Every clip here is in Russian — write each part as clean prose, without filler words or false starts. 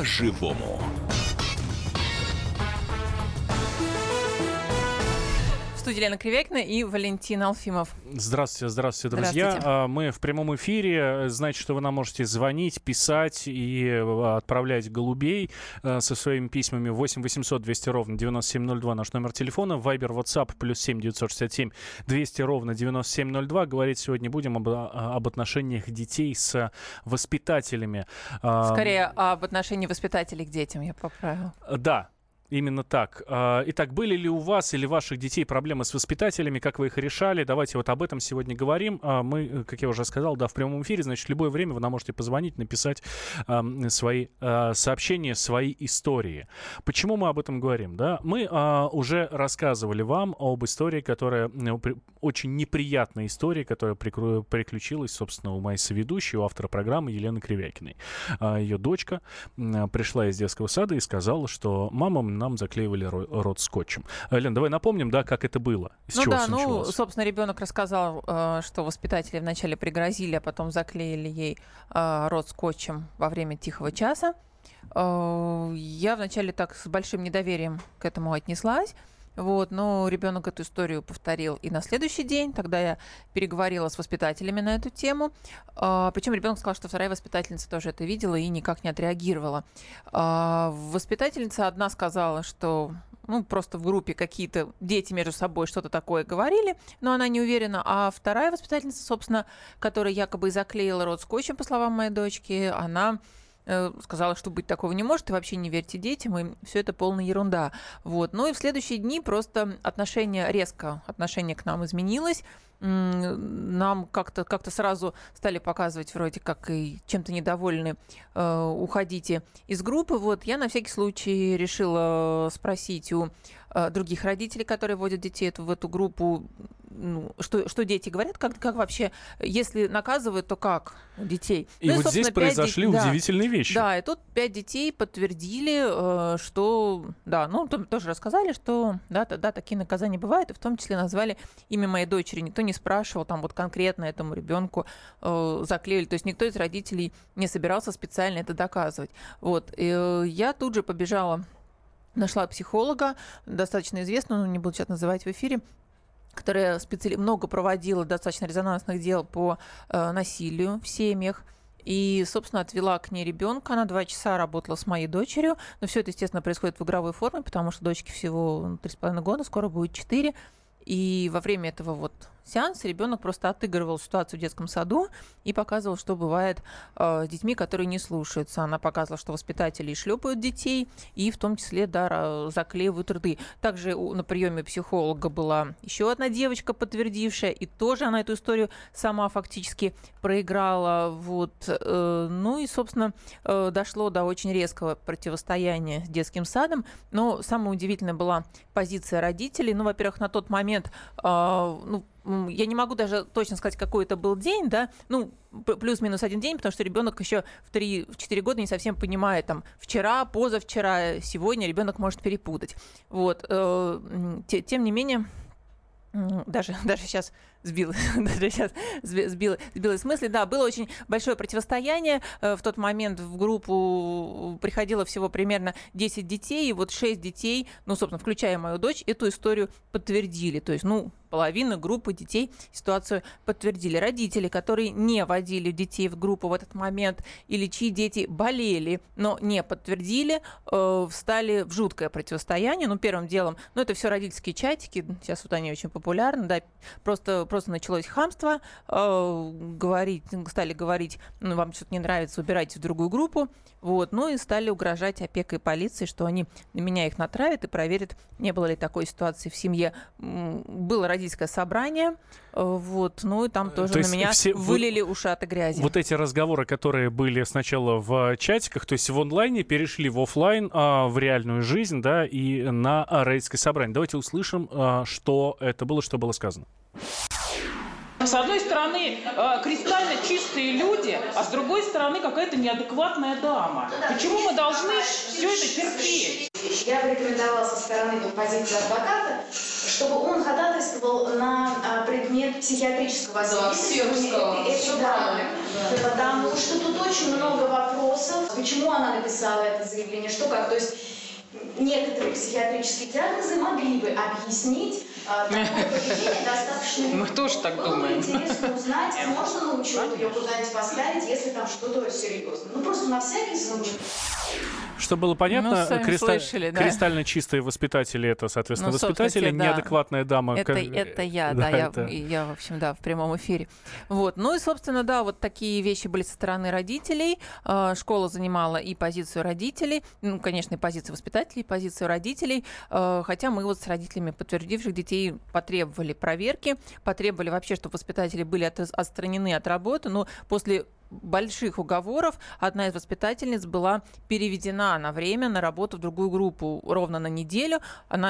по-живому. В студии Лена Кривякина и Валентин Алфимов. Здравствуйте, друзья. Здравствуйте. Мы в прямом эфире. Знаете, что вы нам можете звонить, писать и отправлять голубей со своими письмами. 8 800 200 ровно 9702 наш номер телефона. Вайбер, WhatsApp, +7 967 200 ровно 9702. Говорить сегодня будем об отношениях детей с воспитателями. Скорее, об отношении воспитателей к детям, я поправила. Да. Именно так. Итак, были ли у вас или ваших детей проблемы с воспитателями? Как вы их решали? Давайте вот об этом сегодня говорим. Мы, как я уже сказал, в прямом эфире, значит, в любое время вы нам можете позвонить, написать свои сообщения, свои истории. Почему мы об этом говорим? Да? Мы уже рассказывали вам об истории, которая очень неприятная история, которая приключилась, собственно, у моей соведущей, у автора программы Елены Кривякиной. Ее дочка пришла из детского сада и сказала, что мама нам заклеивали рот скотчем. Лен, давай напомним, да, как это было, с чего все началось. Собственно, ребенок рассказал, что воспитатели вначале пригрозили, а потом заклеили ей рот скотчем во время тихого часа. Я вначале так с большим недоверием к этому отнеслась. Но ребенок эту историю повторил и на следующий день. Тогда я переговорила с воспитателями на эту тему. Причем ребенок сказал, что вторая воспитательница тоже это видела и никак не отреагировала. Воспитательница одна сказала, что просто в группе какие-то дети между собой что-то такое говорили, но она не уверена. А вторая воспитательница, собственно, которая якобы заклеила рот скотчем, по словам моей дочки, она сказала, что быть такого не может, и вообще не верьте детям, и все это полная ерунда. И в следующие дни просто отношение к нам изменилось. Нам как-то сразу стали показывать вроде как и чем-то недовольны, уходите из группы. Я на всякий случай решила спросить у других родителей, которые водят детей в эту группу, что дети говорят, как вообще, если наказывают, то как детей. И вот здесь произошли удивительные вещи. Да, и тут 5 детей подтвердили, что, тоже рассказали, что да, такие наказания бывают, и в том числе назвали имя моей дочери. Никто не спрашивал, конкретно этому ребенку заклеили. То есть никто из родителей не собирался специально это доказывать. И я тут же побежала, нашла психолога, достаточно известную, не буду сейчас называть в эфире, которая много проводила достаточно резонансных дел по насилию в семьях. И, собственно, отвела к ней ребенка. Она 2 часа работала с моей дочерью. Но все это, естественно, происходит в игровой форме, потому что дочке всего 3,5 года, скоро будет 4. И во время этого сеанса ребенок просто отыгрывал ситуацию в детском саду и показывал, что бывает с детьми, которые не слушаются. Она показывала, что воспитатели шлепают детей и в том числе заклеивают рты. Также на приеме психолога была еще одна девочка, подтвердившая, и тоже она эту историю сама фактически проиграла. И, собственно, дошло до очень резкого противостояния с детским садом. Но самая удивительная была позиция родителей. Во-первых, на тот момент я не могу даже точно сказать, какой это был день, да, плюс-минус 1 день, потому что ребенок еще в 3-4 года не совсем понимает, вчера, позавчера, сегодня ребенок может перепутать. Тем не менее, даже сейчас сбила с мысли. Да, было очень большое противостояние. В тот момент в группу приходило всего примерно 10 детей, и 6 детей, собственно, включая мою дочь, эту историю подтвердили. То есть, половина группы детей ситуацию подтвердили. Родители, которые не водили детей в группу в этот момент или чьи дети болели, но не подтвердили, встали в жуткое противостояние. Первым делом, это все родительские чатики, сейчас они очень популярны, да, просто началось хамство, стали говорить, вам что-то не нравится, убирайте в другую группу, и стали угрожать опекой и полицией, что они на меня их натравят и проверят, не было ли такой ситуации в семье. Было родительское собрание, и там тоже на меня вылили ушаты грязи. Эти разговоры, которые были сначала в чатиках, то есть в онлайне, перешли в офлайн, в реальную жизнь, да, и на родительское собрание. Давайте услышим, что это было, что было сказано. С одной стороны, кристально чистые люди, а с другой стороны, какая-то неадекватная дама. Почему мы должны все это терпеть? Я бы рекомендовала со стороны позиции адвоката, чтобы он ходатайствовал на предмет психиатрического освидетельствования. Потому что тут очень много вопросов. Почему она написала это заявление, что как. То есть некоторые психиатрические диагнозы могли бы объяснить такое поведение достаточно. Мы тоже так думаем. Было бы интересно узнать, можно на учет ее куда-нибудь поставить, если там что-то серьезное. Ну просто на всякий случай. Чтобы было понятно, слышали, да? Кристально чистые воспитатели — это, соответственно, воспитатели, да. Неадекватная дама. Это я, да, я, в общем, да, в прямом эфире. Вот. Ну и, собственно, да, вот такие вещи были со стороны родителей. Школа занимала и позицию родителей, ну, конечно, и позицию воспитателей, и позицию родителей. Хотя мы вот с родителями подтвердивших детей потребовали проверки, потребовали вообще, чтобы воспитатели были отстранены от работы, но после больших уговоров одна из воспитательниц была переведена на время на работу в другую группу ровно на неделю.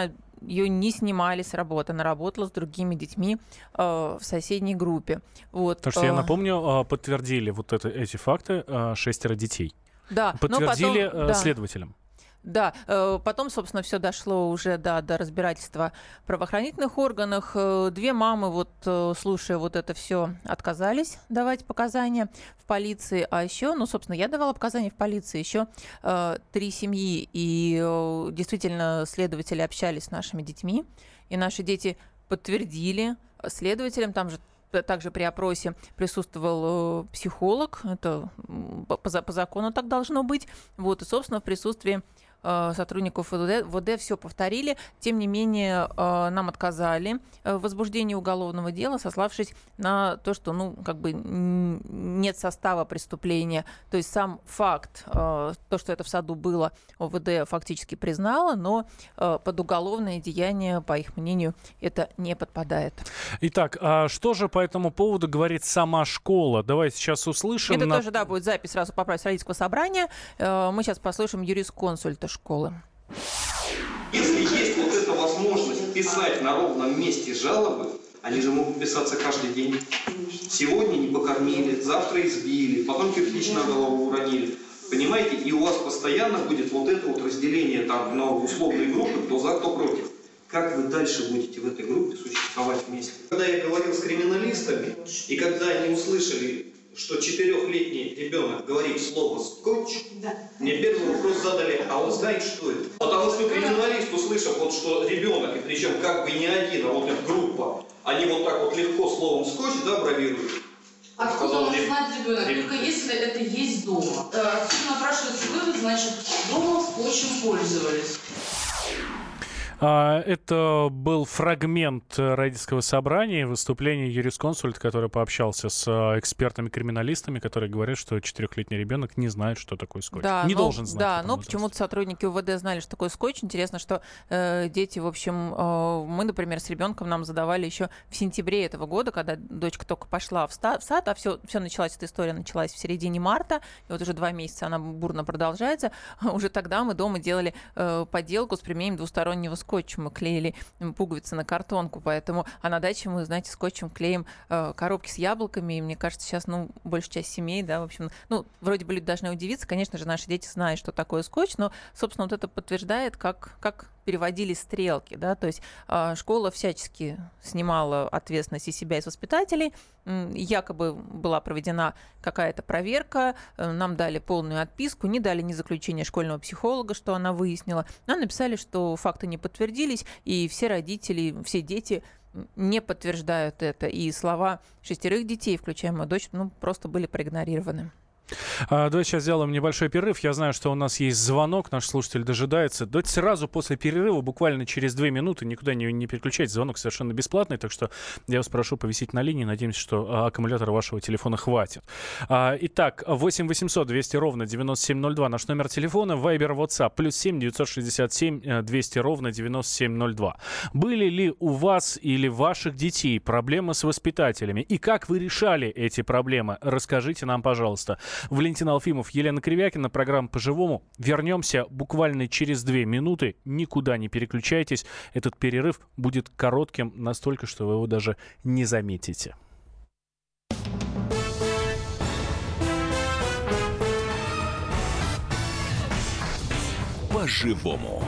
Ее не снимали с работы, она работала с другими детьми в соседней группе. Вот. Потому что, я напомню, подтвердили вот эти факты 6 детей. Да, подтвердили потом, следователям. Да, потом, собственно, все дошло уже до разбирательства в правоохранительных органах. Две мамы, вот слушая вот это все, отказались давать показания в полиции. А еще, ну, собственно, я давала показания в полиции, еще 3 семьи. И действительно, следователи общались с нашими детьми. И наши дети подтвердили следователям, там же также при опросе присутствовал психолог. Это по закону так должно быть. Вот, и, собственно, в присутствии сотрудников ВД все повторили. Тем не менее, нам отказали в возбуждении уголовного дела, сославшись на то, что, ну, как бы нет состава преступления. То есть сам факт, то, что это в саду было, ОВД фактически признало, но под уголовное деяние, по их мнению, это не подпадает. Итак, а что же по этому поводу говорит сама школа? Давайте сейчас услышим. Это тоже, да, будет запись сразу поправить родительского собрания. Мы сейчас послушаем юрисконсульта школы. Если есть вот эта возможность писать на ровном месте жалобы, они же могут писаться каждый день. Сегодня не покормили, завтра избили, потом кирпич на голову уронили. Понимаете? И у вас постоянно будет вот это вот разделение там на условные группы, кто за, кто против. Как вы дальше будете в этой группе существовать вместе? Когда я говорил с криминалистами, и когда они услышали, что 4-летний ребенок говорит слово «скотч», мне первый вопрос задали: а он знает, что это? Потому что криминалист, услышав, вот, что ребенок, и причем как бы не один, а вот эта группа, они вот так вот легко словом «скотч», да, бравируют. Откуда может знать ребенок? Только если это есть дома. Отсюда напрашивается вывод, значит, дома скотчем пользовались. Это был фрагмент родительского собрания, выступление юрисконсульта, который пообщался с экспертами-криминалистами, которые говорят, что 4-летний ребенок не знает, что такое скотч. Да, не должен знать. Да, но почему-то сотрудники УВД знали, что такое скотч. Интересно, что дети, в общем, мы, например, с ребенком нам задавали еще в сентябре этого года, когда дочка только пошла в сад, а все началась, эта история началась в середине марта, и вот уже 2 месяца она бурно продолжается. Уже тогда мы дома делали поделку с применением двустороннего скотча. Мы клеили пуговицы на картонку, поэтому, а на даче мы, знаете, скотчем клеим коробки с яблоками, и мне кажется, сейчас, ну, большая часть семей, да, в общем, ну, вроде бы люди должны удивиться, конечно же, наши дети знают, что такое скотч, но, собственно, вот это подтверждает, как переводились стрелки, да, то есть школа всячески снимала ответственность и себя, и с воспитателей, якобы была проведена какая-то проверка, нам дали полную отписку, не дали ни заключения школьного психолога, что она выяснила, нам написали, что факты не подтвердились, и все родители, все дети не подтверждают это, и слова 6 детей, включая мою дочь, ну, просто были проигнорированы. Давайте сейчас сделаем небольшой перерыв. Я знаю, что у нас есть звонок, наш слушатель дожидается. Давайте сразу после перерыва, буквально через 2 минуты, никуда не переключайте. Звонок совершенно бесплатный, так что я вас прошу повисеть на линии. Надеемся, что аккумулятора вашего телефона хватит. Итак, 8 800 200 ровно 9702 наш номер телефона. Viber, WhatsApp, +7 967 200 ровно 9702. Были ли у вас или ваших детей проблемы с воспитателями? И как вы решали эти проблемы? Расскажите нам, пожалуйста. Валентин Алфимов, Елена Кривякина, программа «По-живому». Вернемся буквально через 2 минуты. Никуда не переключайтесь. Этот перерыв будет коротким настолько, что вы его даже не заметите. по-живому.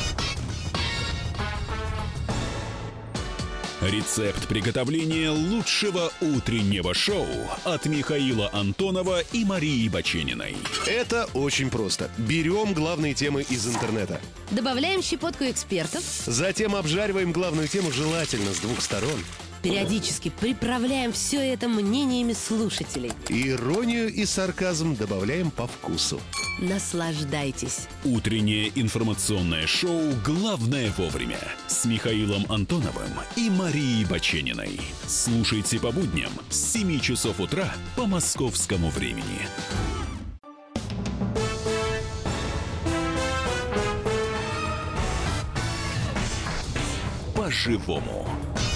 Рецепт приготовления лучшего утреннего шоу от Михаила Антонова и Марии Бачениной. Это очень просто. Берем главные темы из интернета. Добавляем щепотку экспертов. Затем обжариваем главную тему желательно с двух сторон. Периодически приправляем все это мнениями слушателей. Иронию и сарказм добавляем по вкусу. Наслаждайтесь. Утреннее информационное шоу «Главное вовремя» с Михаилом Антоновым и Марией Бачениной. Слушайте по будням с 7 часов утра по московскому времени. По-живому.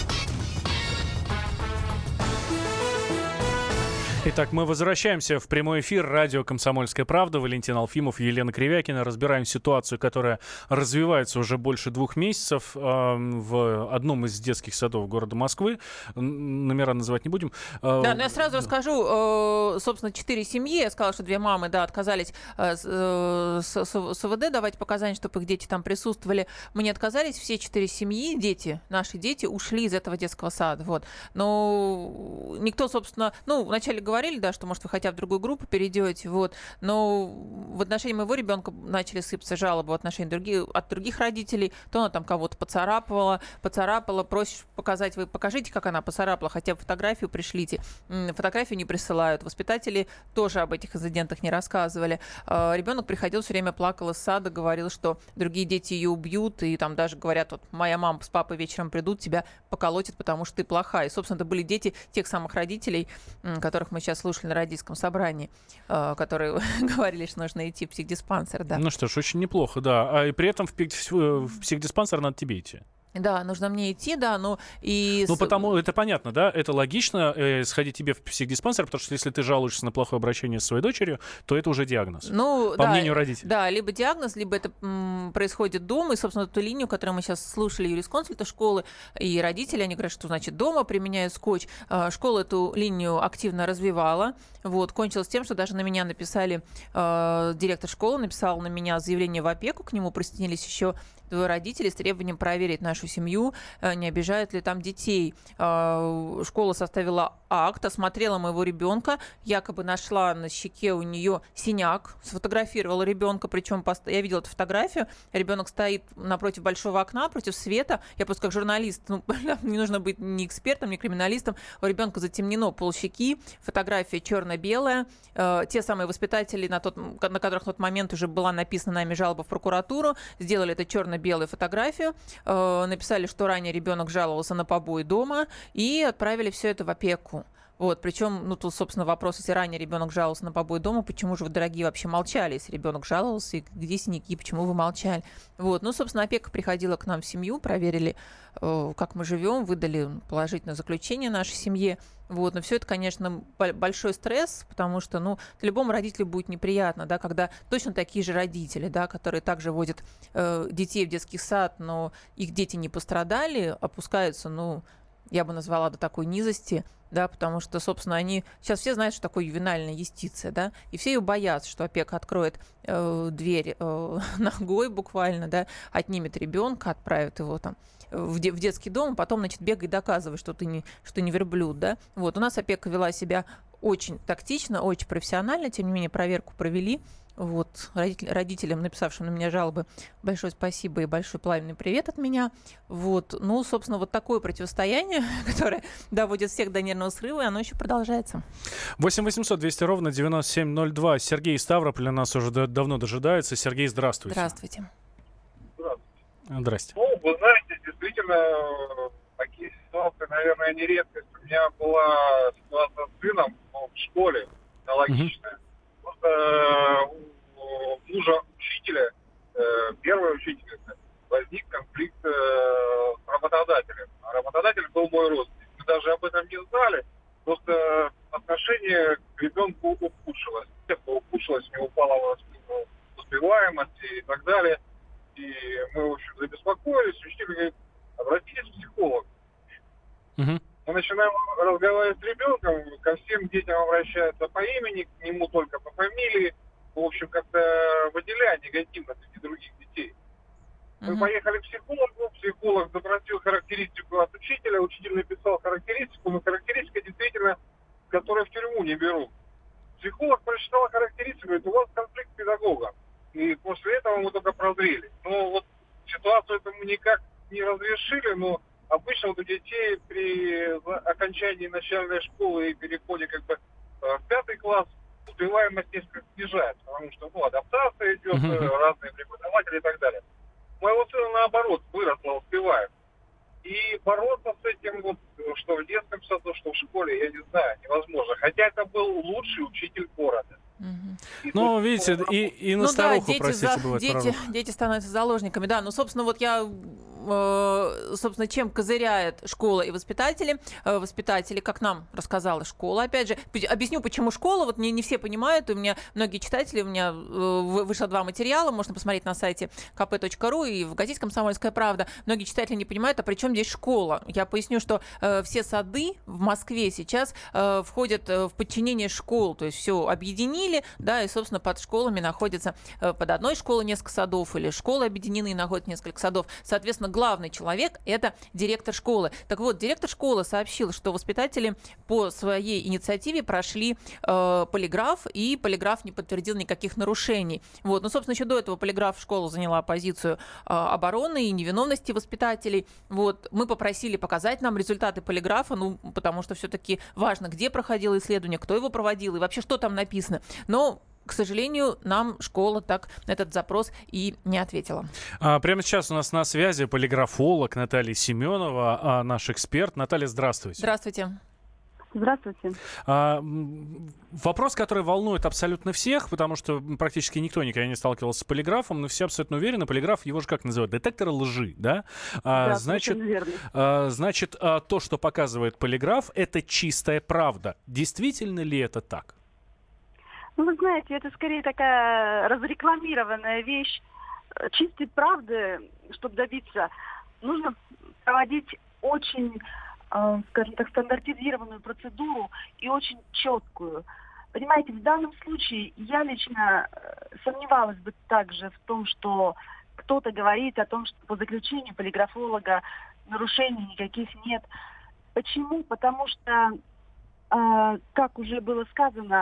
Итак, мы возвращаемся в прямой эфир радио «Комсомольская правда». Валентин Алфимов, Елена Кривякина. Разбираем ситуацию, которая развивается уже больше 2 месяцев в одном из детских садов города Москвы. Номера называть не будем. Да, но я сразу расскажу. Собственно, 4 семьи. Я сказала, что 2 мамы, да, отказались с СВД давать показания, чтобы их дети там присутствовали. Мы не отказались. Все 4 семьи, дети, наши дети, ушли из этого детского сада. Вот. Но никто, собственно, вначале говорили, да, что, может, вы хотя бы в другую группу перейдете, вот, но в отношении моего ребенка начали сыпаться жалобы в отношении от других родителей, то она там кого-то поцарапала, просишь показать, вы покажите, как она поцарапала, хотя бы фотографию пришлите, фотографию не присылают, воспитатели тоже об этих инцидентах не рассказывали, ребенок приходил, все время плакал из сада, говорил, что другие дети ее убьют, и там даже говорят, вот, моя мама с папой вечером придут, тебя поколотят, потому что ты плохая, и, собственно, это были дети тех самых родителей, которых мы сейчас слушали на родительском собрании, которые говорили, что нужно идти в психдиспансер. Да. Ну что ж, очень неплохо, да. И при этом в психдиспансер надо тебе идти. Да, нужно мне идти, да, потому это понятно, да, это логично, сходить тебе в психдиспансер, потому что если ты жалуешься на плохое обращение с своей дочерью, то это уже диагноз, по мнению родителей. Да, либо диагноз, либо это происходит дома, и, собственно, ту линию, которую мы сейчас слушали, юрисконсульта школы и родители, они говорят, что, значит, дома применяют скотч. Школа эту линию активно развивала, вот, кончилось тем, что даже на меня написали, директор школы написал на меня заявление в опеку, к нему присоединились еще 2 родителей с требованием проверить нашу семью, не обижают ли там детей. Школа составила акт, осмотрела моего ребенка, якобы нашла на щеке у нее синяк, сфотографировала ребенка, причем я видела эту фотографию, ребенок стоит напротив большого окна, против света, я просто как журналист, не нужно быть ни экспертом, ни криминалистом, у ребенка затемнено полщеки, фотография черно-белая, те самые воспитатели, на которых в тот момент уже была написана нами жалоба в прокуратуру, сделали это черно-белую фотографию, написали, что ранее ребенок жаловался на побои дома и отправили все это в опеку. Вот, причем, тут, собственно, вопрос, если ранее ребенок жаловался на побои дома, почему же вы, дорогие, вообще молчали, если ребенок жаловался, и где синяки, почему вы молчали? Вот, собственно, опека приходила к нам в семью, проверили, как мы живем, выдали положительное заключение нашей семье. Вот, но все это, конечно, большой стресс, потому что, любому родителю будет неприятно, да, когда точно такие же родители, да, которые также водят детей в детский сад, но их дети не пострадали, опускаются, я бы назвала, до такой низости, да, потому что, собственно, они сейчас все знают, что такое ювенальная юстиция, да, и все ее боятся, что опека откроет дверь ногой буквально, да, отнимет ребенка, отправит его там в детский дом, потом, значит, бегай, доказывай, что ты не верблюд, да. Вот, у нас опека вела себя очень тактично, очень профессионально, тем не менее, проверку провели. Вот, родителям, написавшим на меня жалобы, большое спасибо и большой пламенный привет от меня. Вот, собственно, вот такое противостояние, которое доводит всех до нервного срыва, и оно еще продолжается. 8 800 200 ровно 9702. Сергей из Ставрополя нас уже давно дожидается. Сергей, здравствуйте. Здравствуйте. Здрасте. Вы знаете, действительно, такие ситуации, наверное, не редкость. У меня была ситуация с сыном в школе, аналогичная. У мужа учителя, первой учительницы, возник конфликт с работодателем. А работодатель был мой родственник. Мы даже об этом не знали, просто отношение к ребенку ухудшилось. Ухудшилось, не упала успеваемость и так далее. И мы, в общем, забеспокоились. Учитель говорит, обратитесь к психологу. Мы начинаем разговаривать с ребенком, ко всем детям обращаются по имени, к нему только по фамилии. в общем, как-то выделяя негативно среди других детей. Мы поехали к психологу, психолог запросил характеристику от учителя, учитель написал характеристику, но характеристика действительно, которую в тюрьму не берут. Психолог прочитал характеристику, говорит, у вас конфликт педагога. И после этого мы только прозрели. Но вот ситуацию эту мы никак не разрешили, но обычно вот у детей при окончании начальной школы и переходе как бы в 5 класс успеваемость несколько снижается, потому что адаптация идет, разные преподаватели и так далее. У моего сына наоборот выросла успеваемость. И бороться с этим, вот, что в детском саду, что в школе, я не знаю, невозможно. Хотя это был лучший учитель города. Ну, видите, и на старуху, простите, бывает дети становятся заложниками. Да, ну, собственно, вот я... собственно, чем козыряет школа и воспитатели. Воспитатели, как нам рассказала школа, опять же. Объясню, почему школа. Вот не все понимают. У меня многие читатели, у меня вышло 2 материала, можно посмотреть на сайте kp.ru и в газете «Комсомольская правда». Многие читатели не понимают, а при чем здесь школа? Я поясню, что все сады в Москве сейчас входят в подчинение школ. То есть все объединили, да, и, собственно, под школами находится под одной школой несколько садов, или школы объединены и находят несколько садов. Соответственно, главный человек – это директор школы. Так вот, директор школы сообщил, что воспитатели по своей инициативе прошли полиграф, и полиграф не подтвердил никаких нарушений. Вот. Ну, собственно, еще до этого полиграф школа заняла позицию обороны и невиновности воспитателей. Вот. Мы попросили показать нам результаты полиграфа, ну, потому что все-таки важно, где проходило исследование, кто его проводил и вообще, что там написано. Но к сожалению, нам школа так на этот запрос и не ответила. Прямо сейчас у нас на связи полиграфолог Наталья Семенова, наш эксперт. Наталья, здравствуйте. Здравствуйте. Здравствуйте. Вопрос, который волнует абсолютно всех, потому что практически никто никогда не сталкивался с полиграфом, но все абсолютно уверены. Полиграф, его же как называют? Детектор лжи, да? Да, значит, то, что показывает полиграф, это чистая правда. Действительно ли это так? Ну, вы знаете, это скорее такая разрекламированная вещь. Чистой правды, чтобы добиться, нужно проводить очень, скажем так, стандартизированную процедуру и очень четкую. Понимаете, в данном случае я лично сомневалась бы также в том, что кто-то говорит о том, что по заключению полиграфолога нарушений никаких нет. Почему? Потому что, как уже было сказано,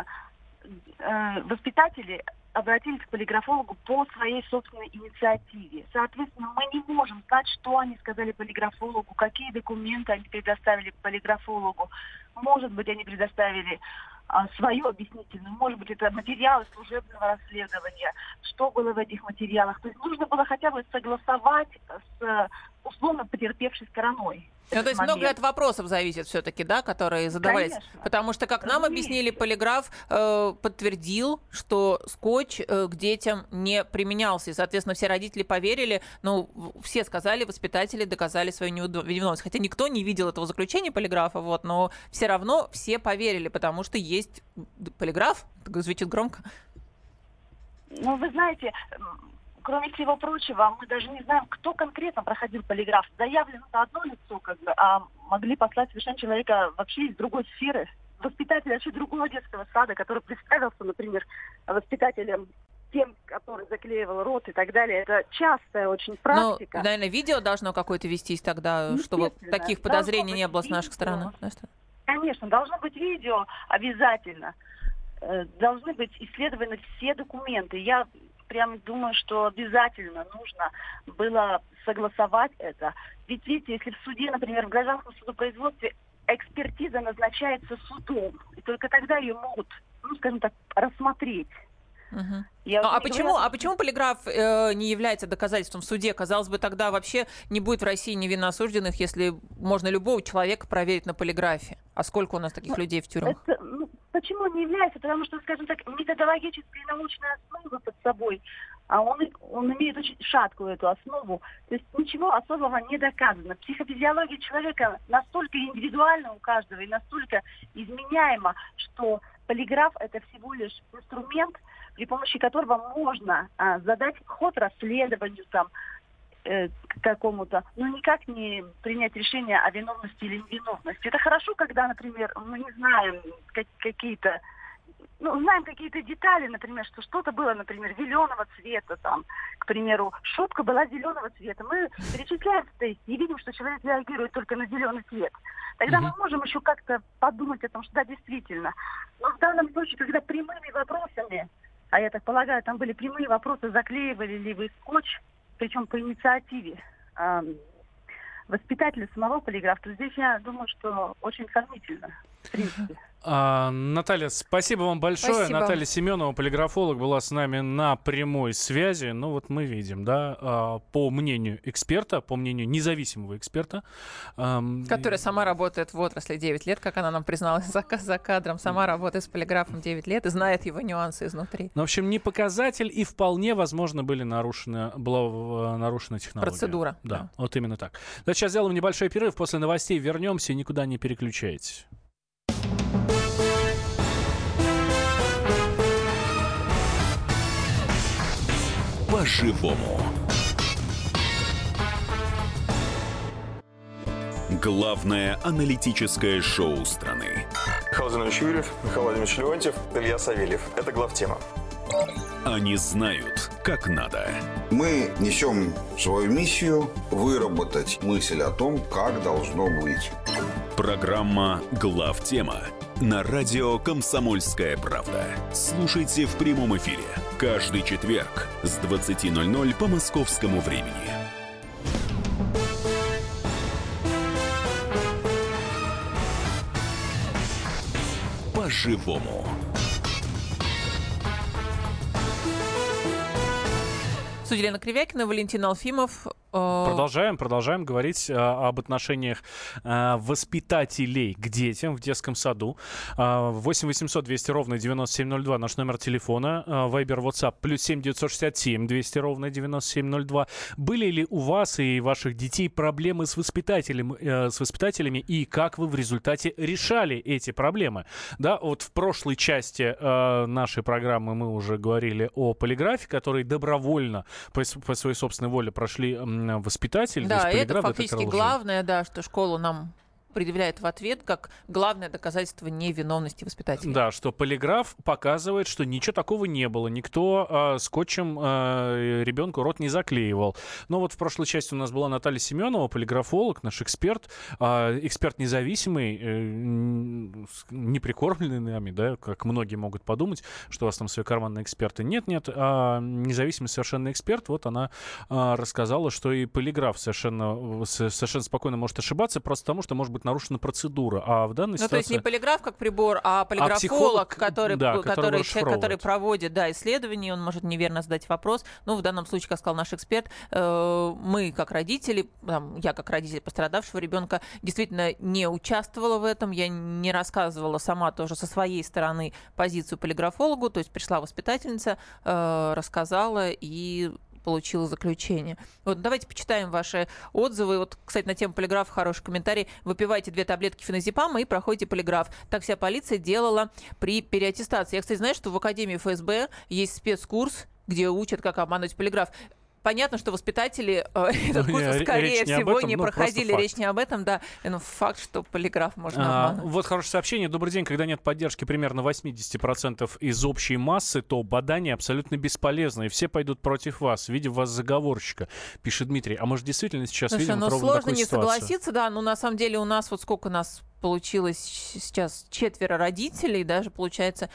воспитатели обратились к полиграфологу по своей собственной инициативе. Соответственно, мы не можем знать, что они сказали полиграфологу, какие документы они предоставили полиграфологу. Может быть, они предоставили свою объяснительную, может быть, это материалы служебного расследования, что было в этих материалах. То есть нужно было хотя бы согласовать с условно потерпевшей стороной. Ну, то есть много от вопросов зависит все-таки, да, которые задавались. Конечно. Потому что, как нам объяснили, полиграф подтвердил, что скотч к детям не применялся. И, соответственно, все родители поверили, ну, все сказали, воспитатели доказали свою невиновность. Хотя никто не видел этого заключения полиграфа, вот, но все равно все поверили, потому что есть полиграф. Это звучит громко. Ну, вы знаете... Кроме всего прочего, мы даже не знаем, кто конкретно проходил полиграф. Заявлено одно лицо, как бы, а могли послать совершенно человека вообще из другой сферы. Воспитатель вообще другого детского сада, который представился, например, воспитателем тем, который заклеивал рот и так далее. Это частая очень практика. Ну, наверное, видео должно какое-то вестись тогда, чтобы таких подозрений не было с нашей стороны. Конечно, должно быть видео обязательно. Должны быть исследованы все документы. Я прям думаю, что обязательно нужно было согласовать это. Ведь, видите, если в суде, например, в гражданском судопроизводстве экспертиза назначается судом, и только тогда ее могут, ну, скажем так, рассмотреть. Почему полиграф не является доказательством в суде? Казалось бы, тогда вообще не будет в России невинно осужденных, если можно любого человека проверить на полиграфе. А сколько у нас таких людей в тюрьмах? Почему не является? Потому что, скажем так, методологическая и научная основа под собой, а он имеет очень шаткую эту основу. То есть ничего особого не доказано. Психофизиология человека настолько индивидуальна у каждого и настолько изменяема, что полиграф – это всего лишь инструмент, при помощи которого можно задать ход расследованию там, какому-то, но никак не принять решение о виновности или невиновности. Это хорошо, когда, например, мы не знаем какие-то знаем какие-то детали, например, что что-то было, например, зеленого цвета, там, к примеру, шубка была зеленого цвета. Мы перечисляем стоит и видим, что человек реагирует только на зеленый цвет. Тогда мы можем еще как-то подумать о том, что да, действительно. Но в данном случае, когда прямыми вопросами, а я так полагаю, там были прямые вопросы, заклеивали ли вы скотч, причем по инициативе воспитателя самого полиграфа, то здесь я думаю, что очень сомнительно, в принципе. Наталья, спасибо вам большое. Спасибо. Наталья Семенова, полиграфолог, была с нами на прямой связи. Ну вот мы видим, да, по мнению эксперта, по мнению независимого эксперта. Которая сама работает в отрасли 9 лет, как она нам призналась за кадром. Сама работает с полиграфом 9 лет и знает его нюансы изнутри. Ну, в общем, не показатель, и вполне, возможно, была нарушена технология. Процедура. Да, вот именно так. Сейчас сделаем небольшой перерыв, после новостей вернемся, никуда не переключайтесь. По-живому. Главное аналитическое шоу страны. Михаил Владимирович Юрьев, Михаил Владимирович Леонтьев, Илья Савельев. Это главтема. Они знают, как надо. Мы несем свою миссию выработать мысль о том, как должно быть. Программа «Главтема» на радио «Комсомольская правда». Слушайте в прямом эфире каждый четверг с 20:00 по московскому времени. По-живому. Судья Елена Кривякина, Валентин Алфимов. Продолжаем говорить об отношениях воспитателей к детям в детском саду. 8 800 200 ровно 9702 наш номер телефона. Вайбер, WhatsApp +7 967 200 ровно 9702. Были ли у вас и ваших детей проблемы с воспитателями, и как вы в результате решали эти проблемы? Да, вот в прошлой части нашей программы мы уже говорили о полиграфе, который добровольно по своей собственной воле прошли воспитатель. Да, это фактически главное, да, что школа нам предъявляет в ответ как главное доказательство невиновности воспитателя. Да, что полиграф показывает, что ничего такого не было. Никто скотчем ребенку рот не заклеивал. Но вот в прошлой части у нас была Наталья Семенова, полиграфолог, наш эксперт. Эксперт независимый, не прикормленный нами, да, как многие могут подумать, что у вас там свои карманные эксперты. Нет, независимый совершенно эксперт. Вот она рассказала, что и полиграф совершенно спокойно может ошибаться, просто потому что может быть нарушена процедура. А в данной ситуации... то есть не полиграф как прибор, а полиграфолог, который проводит исследования, он может неверно задать вопрос. Ну, в данном случае, как сказал наш эксперт, мы, как родители, я, как родитель пострадавшего ребенка, действительно не участвовала в этом, я не рассказывала сама тоже со своей стороны позицию полиграфологу, то есть пришла воспитательница, рассказала и получила заключение. Вот давайте почитаем ваши отзывы. Вот, кстати, на тему полиграфа хороший комментарий. Выпивайте 2 таблетки феназепама и проходите полиграф. Так вся полиция делала при переаттестации. Я, кстати, знаю, что в Академии ФСБ есть спецкурс, где учат, как обмануть полиграф. Понятно, что воспитатели этот курс, скорее всего, не проходили. Речь не об этом, да. Но факт, что полиграф можно обмануть. Вот хорошее сообщение. Добрый день. Когда нет поддержки примерно 80% из общей массы, то бадание абсолютно бесполезно, и все пойдут против вас, видя вас заговорщика, пишет Дмитрий. А может, действительно сейчас видим ровно такую ситуацию? Сложно не согласиться, да. Но на самом деле у нас, вот сколько нас получилось сейчас, 4 родителей, даже получается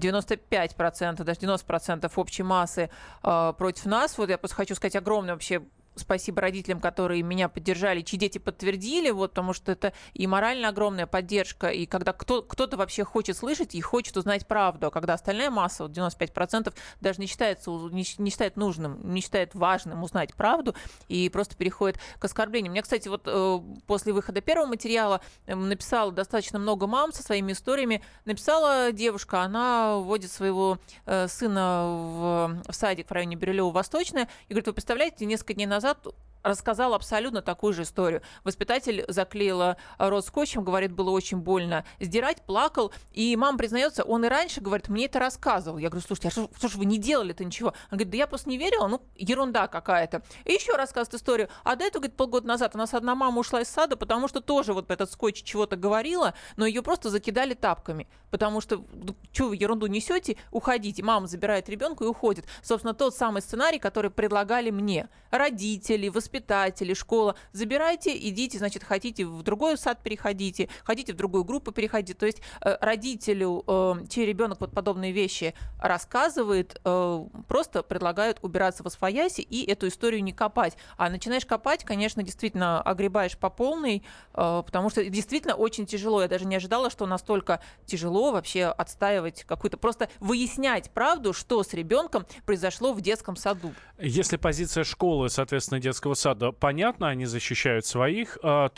95%, даже 90% общей массы против нас. Вот я просто хочу сказать огромное вообще спасибо родителям, которые меня поддержали, чьи дети подтвердили, вот, потому что это и морально огромная поддержка, и когда кто-то вообще хочет слышать и хочет узнать правду, а когда остальная масса, вот 95%, даже не считает нужным, не считает важным узнать правду и просто переходит к оскорблениям. Мне, кстати, вот после выхода первого материала написало достаточно много мам со своими историями. Написала девушка, она водит своего сына в садик в районе Бирюлево-Восточное, и говорит, вы представляете, несколько дней назад рассказала абсолютно такую же историю. Воспитатель заклеила рот скотчем, говорит, было очень больно сдирать, плакал. И мама признается, он и раньше, говорит, мне это рассказывал. Я говорю, слушайте, а что ж вы не делали-то ничего? Он говорит, да я просто не верила, ну, ерунда какая-то. И еще рассказывает историю. А до этого, говорит, полгода назад у нас одна мама ушла из сада, потому что тоже вот этот скотч чего-то говорила, но ее просто закидали тапками. Потому что, что вы ерунду несете, уходите. Мама забирает ребенка и уходит. Собственно, тот самый сценарий, который предлагали мне. Родители, воспитатели, школа. Забирайте, идите, значит, хотите в другой сад переходите, хотите в другую группу переходите. То есть родителю, чей ребенок вот подобные вещи рассказывает, просто предлагают убираться восвояси и эту историю не копать. А начинаешь копать, конечно, действительно огребаешь по полной, потому что действительно очень тяжело. Я даже не ожидала, что настолько тяжело вообще отстаивать какую-то, просто выяснять правду, что с ребенком произошло в детском саду. Если позиция школы, соответственно, детского сада, понятно, они защищают своих,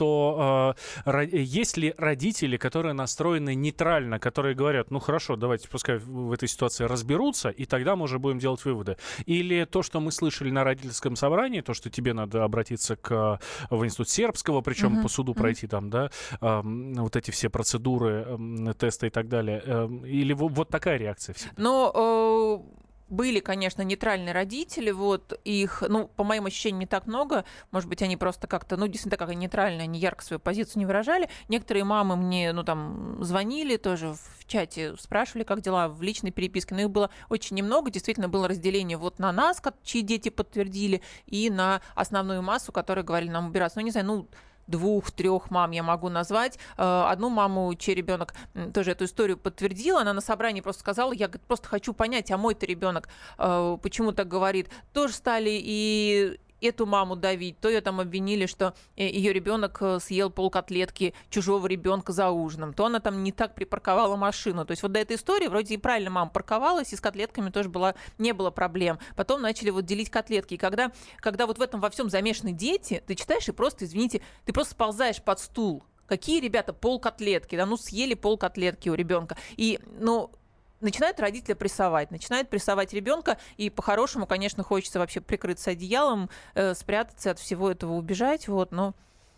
то есть ли родители, которые настроены нейтрально, которые говорят, ну хорошо, давайте пускай в этой ситуации разберутся, и тогда мы уже будем делать выводы? Или то, что мы слышали на родительском собрании, то, что тебе надо обратиться в институт сербского, причем по суду пройти там, да, вот эти все процедуры, тесты и так далее, или вот такая реакция всегда? Но были, конечно, нейтральные родители, вот их, ну, по моим ощущениям, не так много, может быть, они просто как-то, ну, действительно, как они нейтральные, они ярко свою позицию не выражали. Некоторые мамы мне, ну, там, звонили тоже в чате, спрашивали, как дела в личной переписке, но их было очень немного, действительно, было разделение вот на нас, чьи дети подтвердили, и на основную массу, которые говорили нам убираться. Ну, не знаю, ну, 2-3 мам я могу назвать. Одну маму, чей ребенок тоже эту историю подтвердила, она на собрании просто сказала, я просто хочу понять, а мой-то ребенок почему так говорит. Тоже стали и эту маму давить, то ее там обвинили, что ее ребенок съел полкотлетки чужого ребенка за ужином, то она там не так припарковала машину. То есть вот до этой истории вроде и правильно мама парковалась, и с котлетками тоже не было проблем. Потом начали вот делить котлетки. И когда вот в этом во всем замешаны дети, ты читаешь и просто, извините, ты просто сползаешь под стул. Какие ребята полкотлетки? Да ну съели полкотлетки у ребенка. И, ну, начинают родители начинают прессовать ребенка, и по-хорошему, конечно, хочется вообще прикрыться одеялом, спрятаться от всего этого, убежать, вот, но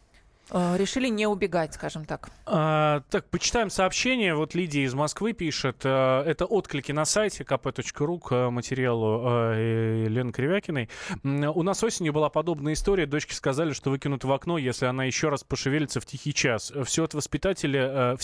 решили не убегать, скажем так. Так, почитаем сообщение. Вот Лидия из Москвы пишет. Это отклики на сайте kp.ru к материалу Лены Кривякиной. У нас осенью была подобная история. Дочке сказали, что выкинут в окно, если она еще раз пошевелится в тихий час. Все от воспитателя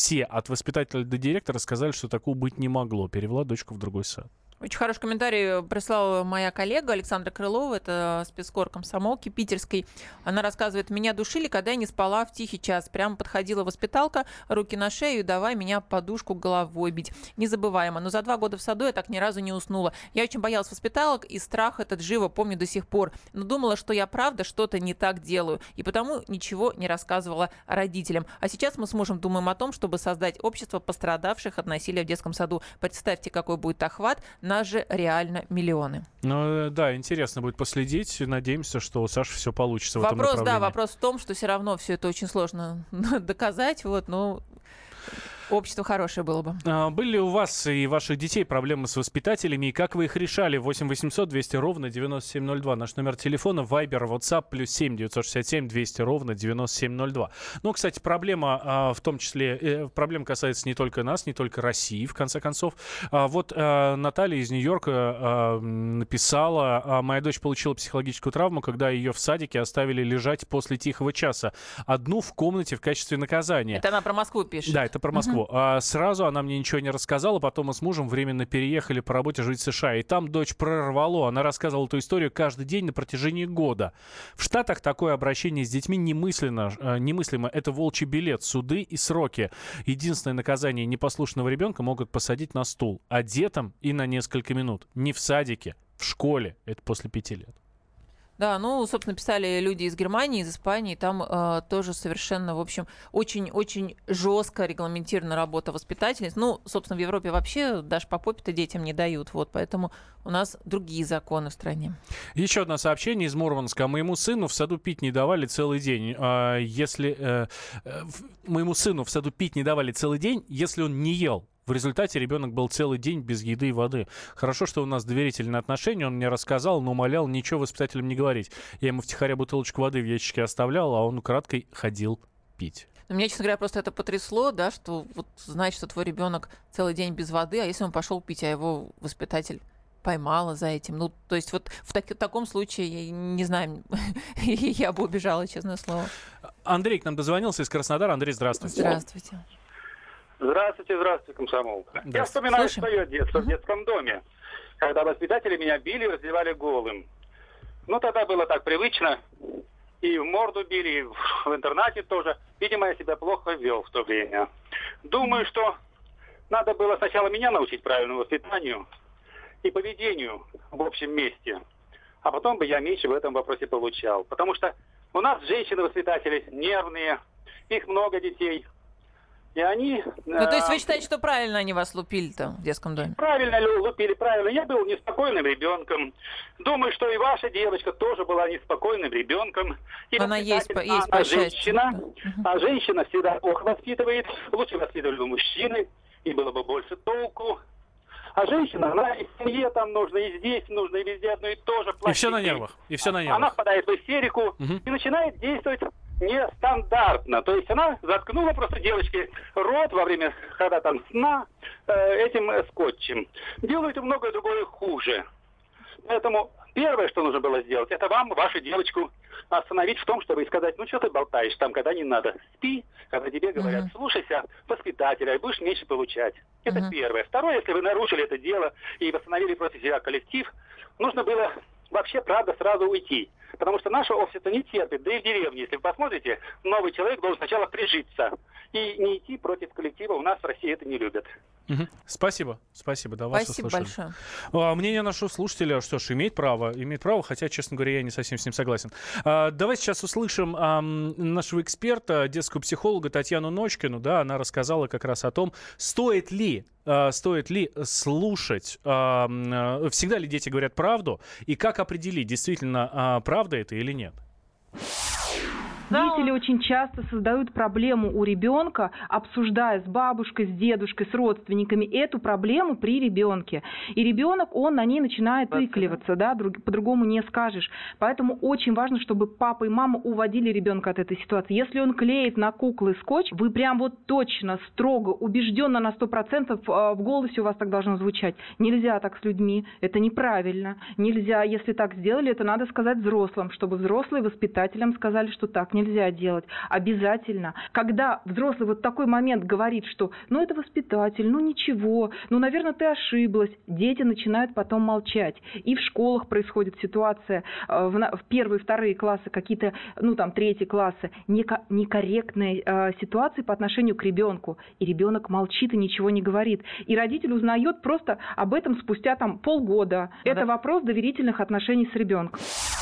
до директора сказали, что такого быть не могло. Перевела дочку в другой сад. Очень хороший комментарий прислала моя коллега Александра Крылова, это спецкор комсомолки питерской. Она рассказывает, меня душили, когда я не спала в тихий час. Прямо подходила воспиталка, руки на шею, давай меня подушку головой бить. Незабываемо. Но за 2 года в саду я так ни разу не уснула. Я очень боялась воспиталок, и страх этот живо помню до сих пор. Но думала, что я правда что-то не так делаю. И потому ничего не рассказывала родителям. А сейчас мы с мужем думаем о том, чтобы создать общество пострадавших от насилия в детском саду. Представьте, какой будет охват. Нас же реально миллионы. Ну да, интересно будет последить. Надеемся, что у Саши все получится в этом направлении. Да, вопрос в том, что все равно все это очень сложно доказать. Вот, но общество хорошее было бы. Были ли у вас и ваших детей проблемы с воспитателями, и как вы их решали? 8 800 200 ровно 9702. Наш номер телефона, Viber, WhatsApp, +7 967 200 ровно 9702. Ну, кстати, проблема в том числе, проблема касается не только нас, не только России, в конце концов. Вот Наталья из Нью-Йорка написала, моя дочь получила психологическую травму, когда ее в садике оставили лежать после тихого часа. Одну в комнате в качестве наказания. Это она про Москву пишет. Да, это про Москву. Сразу она мне ничего не рассказала, потом мы с мужем временно переехали по работе жить в США, и там дочь прорвало. Она рассказывала эту историю каждый день на протяжении года. В Штатах такое обращение с детьми немыслимо. Это волчий билет, суды и сроки. Единственное наказание непослушного ребенка могут посадить на стул, а детям и на несколько минут. Не в садике, в школе. Это после 5 лет. Да, ну, собственно, писали люди из Германии, из Испании, там тоже совершенно, в общем, очень-очень жестко регламентирована работа воспитательниц. Ну, собственно, в Европе вообще даже по попе-то детям не дают, вот, поэтому у нас другие законы в стране. Еще одно сообщение из Мурманска. Моему сыну в саду пить не давали целый день. Моему сыну в саду пить не давали целый день, если он не ел. В результате ребенок был целый день без еды и воды. Хорошо, что у нас доверительные отношения. Он мне рассказал, но умолял ничего воспитателям не говорить. Я ему втихаря бутылочку воды в ящике оставлял, а он украдкой ходил пить. Меня, честно говоря, просто это потрясло, да, что вот знать, что твой ребенок целый день без воды, а если он пошел пить, а его воспитатель поймала за этим. Ну, то есть вот в таком случае, я не знаю, я бы убежала, честное слово. Андрей к нам дозвонился из Краснодара. Андрей, здравствуйте. Здравствуйте. Здравствуйте, комсомолка. Я вспоминаю свое детство в детском доме, когда воспитатели меня били, раздевали голым. Ну, тогда было так привычно. И в морду били, и в интернате тоже. Видимо, я себя плохо вел в то время. Думаю, что надо было сначала меня научить правильному воспитанию и поведению в общем месте. А потом бы я меньше в этом вопросе получал. Потому что у нас женщины-воспитатели нервные, их много детей. И они... Ну, то есть вы считаете, что правильно они вас лупили-то в детском доме? Правильно лупили, правильно. Я был неспокойным ребенком. Думаю, что и ваша девочка тоже была неспокойным ребенком. И она есть женщина. А женщина всегда плохо воспитывает. Лучше воспитывали бы мужчины, и было бы больше толку. А женщина, она и в семье там нужно, и здесь нужно, и везде одно и то же. И все на нервах. Она впадает в истерику и начинает действовать нестандартно. То есть она заткнула просто девочке рот во время, когда там сна, этим скотчем. Делают и многое другое хуже. Поэтому первое, что нужно было сделать, это вам, вашу девочку, остановить в том, чтобы сказать, ну что ты болтаешь там, когда не надо. Спи, когда тебе говорят, слушайся воспитателя, и будешь меньше получать. Это первое. Второе, если вы нарушили это дело и восстановили против себя коллектив, нужно было вообще, правда, сразу уйти. Потому что наше общество не терпит. Да и в деревне, если вы посмотрите, новый человек должен сначала прижиться. И не идти против коллектива. У нас в России это не любят. Спасибо. Да, вас Спасибо услышали. большое. Мнение нашего слушателя, что ж, имеет право, хотя, честно говоря, я не совсем с ним согласен. Давайте сейчас услышим нашего эксперта, детского психолога Татьяну Ночкину. Да, она рассказала как раз о том, стоит ли слушать, всегда ли дети говорят правду, и как определить, действительно, правда это или нет. Родители очень часто создают проблему у ребенка, обсуждая с бабушкой, с дедушкой, с родственниками эту проблему при ребенке. И ребенок, он на ней начинает выкливаться, да, по-другому не скажешь. Поэтому очень важно, чтобы папа и мама уводили ребенка от этой ситуации. Если он клеит на куклы скотч, вы прям вот точно, строго, убежденно на 100% в голосе у вас так должно звучать. Нельзя так с людьми, это неправильно. Нельзя, если так сделали, это надо сказать взрослым, чтобы взрослые воспитателям сказали, что так нельзя делать. Обязательно. Когда взрослый вот такой момент говорит, что ну это воспитатель, ну ничего, ну наверное ты ошиблась, дети начинают потом молчать. И в школах происходит ситуация, в первые, вторые классы, какие-то, ну там третьи классы, некорректные ситуации по отношению к ребенку. И ребенок молчит и ничего не говорит. И родитель узнает просто об этом спустя там полгода. Это вопрос доверительных отношений с ребенком.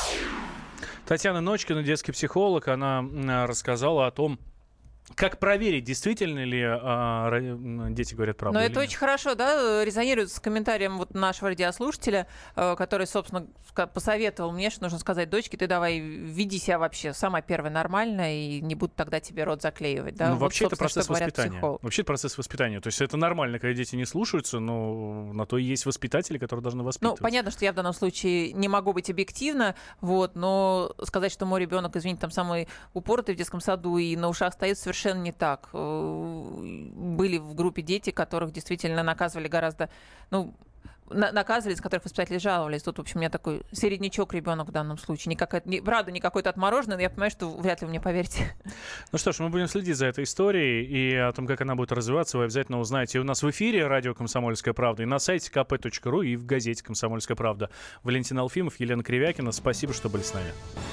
Татьяна Ночкина, детский психолог, она рассказала о том, как проверить, действительно ли дети говорят правду. Но это очень хорошо, да, резонирует с комментарием вот нашего радиослушателя, который, собственно, посоветовал мне, что нужно сказать дочке, ты давай веди себя вообще сама первая нормально, и не буду тогда тебе рот заклеивать. Да? Ну, вот, вообще это процесс воспитания. Вообще это процесс воспитания. То есть это нормально, когда дети не слушаются, но на то и есть воспитатели, которые должны воспитывать. Ну, понятно, что я в данном случае не могу быть объективна, вот, но сказать, что мой ребенок, извините, там самый упоротый в детском саду и на ушах стоит, совершенно не так. Были в группе дети, которых действительно наказывали гораздо, наказывали, с которых воспитатели жаловались. Тут, в общем, у меня такой середнячок ребенок в данном случае. Правда, не какой-то отмороженный, но я понимаю, что вряд ли вы мне поверите. Ну что ж, мы будем следить за этой историей и о том, как она будет развиваться, вы обязательно узнаете. И у нас в эфире радио «Комсомольская правда», и на сайте kp.ru, и в газете «Комсомольская правда». Валентин Алфимов, Елена Кривякина. Спасибо, что были с нами.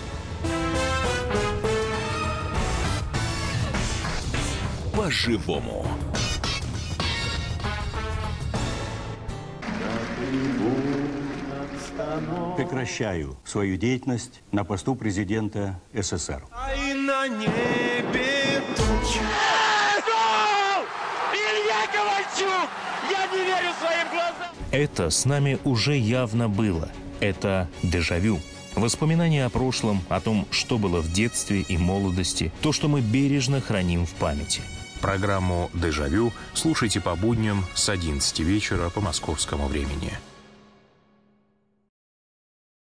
По-живому. Прекращаю свою деятельность на посту президента СССР. И на небе тучи. Илья Ковальчук! Я не верю своим глазам! Это с нами уже явно было. Это дежавю. Воспоминания о прошлом, о том, что было в детстве и молодости, то, что мы бережно храним в памяти. Программу «Дежавю» слушайте по будням с 11 вечера по московскому времени.